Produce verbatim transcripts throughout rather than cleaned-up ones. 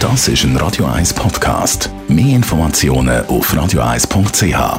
Das ist ein Radio eins Podcast. Mehr Informationen auf radio eins punkt c h.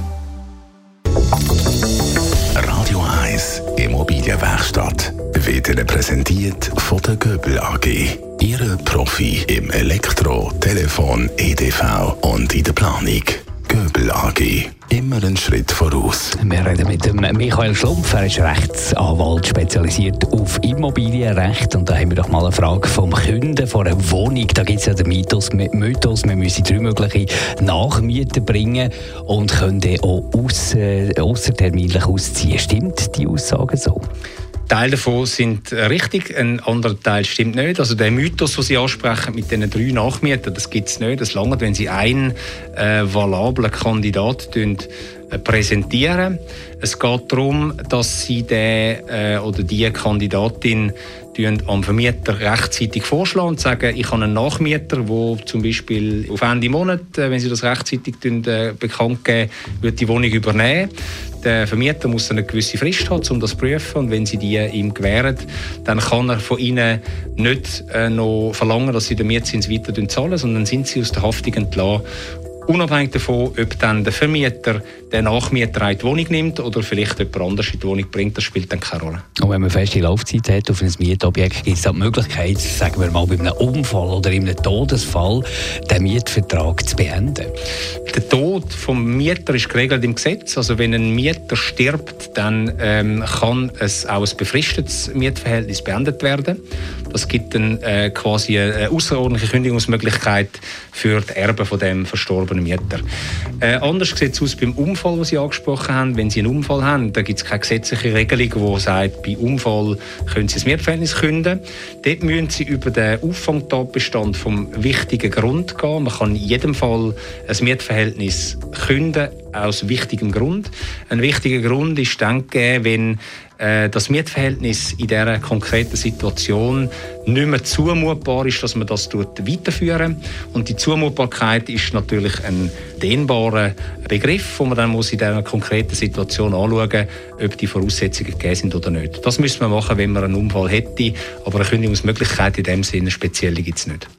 Radio eins Immobilienwerkstatt wird Ihnen präsentiert von der Göbel A G. Ihre Profi im Elektro-, Telefon-, E D V und in der Planung. Göbel A G. Immer einen Schritt voraus. Wir reden mit dem Michael Schlumpf. Er ist Rechtsanwalt, spezialisiert auf Immobilienrecht. Und da haben wir doch mal eine Frage vom Kunden von einer Wohnung. Da gibt es ja den Mythos, Mythos, wir müssen drei mögliche Nachmieten bringen und können dann auch aus, äh, ausserterminlich ausziehen. Stimmt die Aussage so? Teil davon sind richtig, ein anderer Teil stimmt nicht. Also der Mythos, den Sie ansprechen mit diesen drei Nachmietern, das gibt es nicht. Es reicht, wenn Sie einen äh, valablen Kandidat äh, präsentieren. Es geht darum, dass Sie den äh, oder die Kandidatin am Vermieter rechtzeitig vorschlagen und sagen, ich habe einen Nachmieter, der zum Beispiel auf Ende Monat, äh, wenn Sie das rechtzeitig äh, bekannt geben, wird die Wohnung übernehmen. Der Vermieter muss eine gewisse Frist haben, um das zu prüfen. Und wenn Sie die ihm gewähren, dann kann er von Ihnen nicht äh, noch verlangen, dass Sie den Mietzins weiter zahlen, sondern sind Sie aus der Haftung entlassen. Unabhängig davon, ob dann der Vermieter den Nachmieter in die Wohnung nimmt oder vielleicht jemand anderes in die Wohnung bringt, das spielt dann keine Rolle. Und wenn man feste Laufzeit hat auf ein Mietobjekt, gibt es auch die Möglichkeit, sagen wir mal bei einem Unfall oder in einem Todesfall, den Mietvertrag zu beenden? Der Tod des Mieters ist geregelt im Gesetz. Also wenn ein Mieter stirbt, dann ähm, kann es auch ein befristetes Mietverhältnis beendet werden. Das gibt dann äh, quasi eine außerordentliche Kündigungsmöglichkeit für die Erben von dem verstorbenen Mieter. Äh, anders sieht es aus beim Unfall, den Sie angesprochen haben. Wenn Sie einen Unfall haben, da gibt es keine gesetzliche Regelung, die sagt, bei Unfall können Sie das Mietverhältnis künden. Dort müssen Sie über den Auffangtatbestand vom wichtigen Grund gehen. Man kann in jedem Fall ein Mietverhältnis künden aus wichtigem Grund. Ein wichtiger Grund ist dann gegeben, wenn äh, das Mietverhältnis in dieser konkreten Situation nicht mehr zumutbar ist, dass man das weiterführen. Und die Zumutbarkeit ist natürlich ein dehnbarer Begriff, wo man dann muss in dieser konkreten Situation anschauen muss, ob die Voraussetzungen gegeben sind oder nicht. Das müsste man machen, wenn man einen Unfall hätte, aber eine Kündigungsmöglichkeit in dem Sinne speziell gibt es nicht.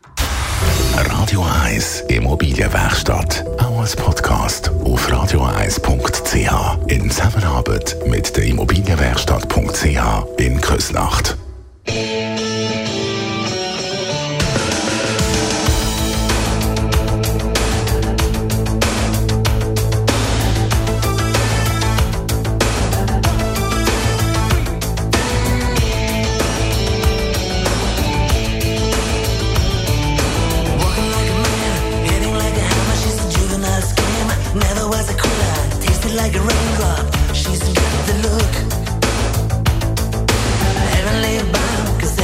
Radio eins Immobilienwerkstatt. Auch als Podcast auf radio eins punkt c h in Zusammenarbeit mit der Immobilienwerkstatt punkt c h in Küsnacht. Like a raindrop, she's got the look. Heavenly bound, 'cause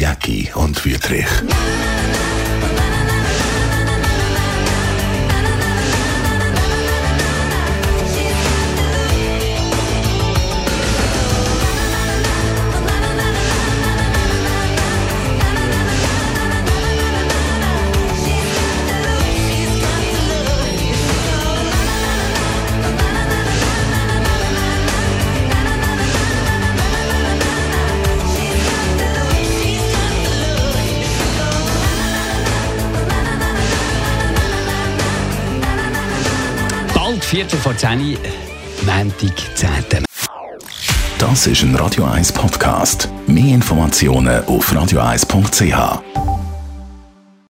Jäcki und Wüthrich. Viertel vor zehn, Montag, zehnten Das ist ein Radio eins Podcast. Mehr Informationen auf radio eins punkt c h.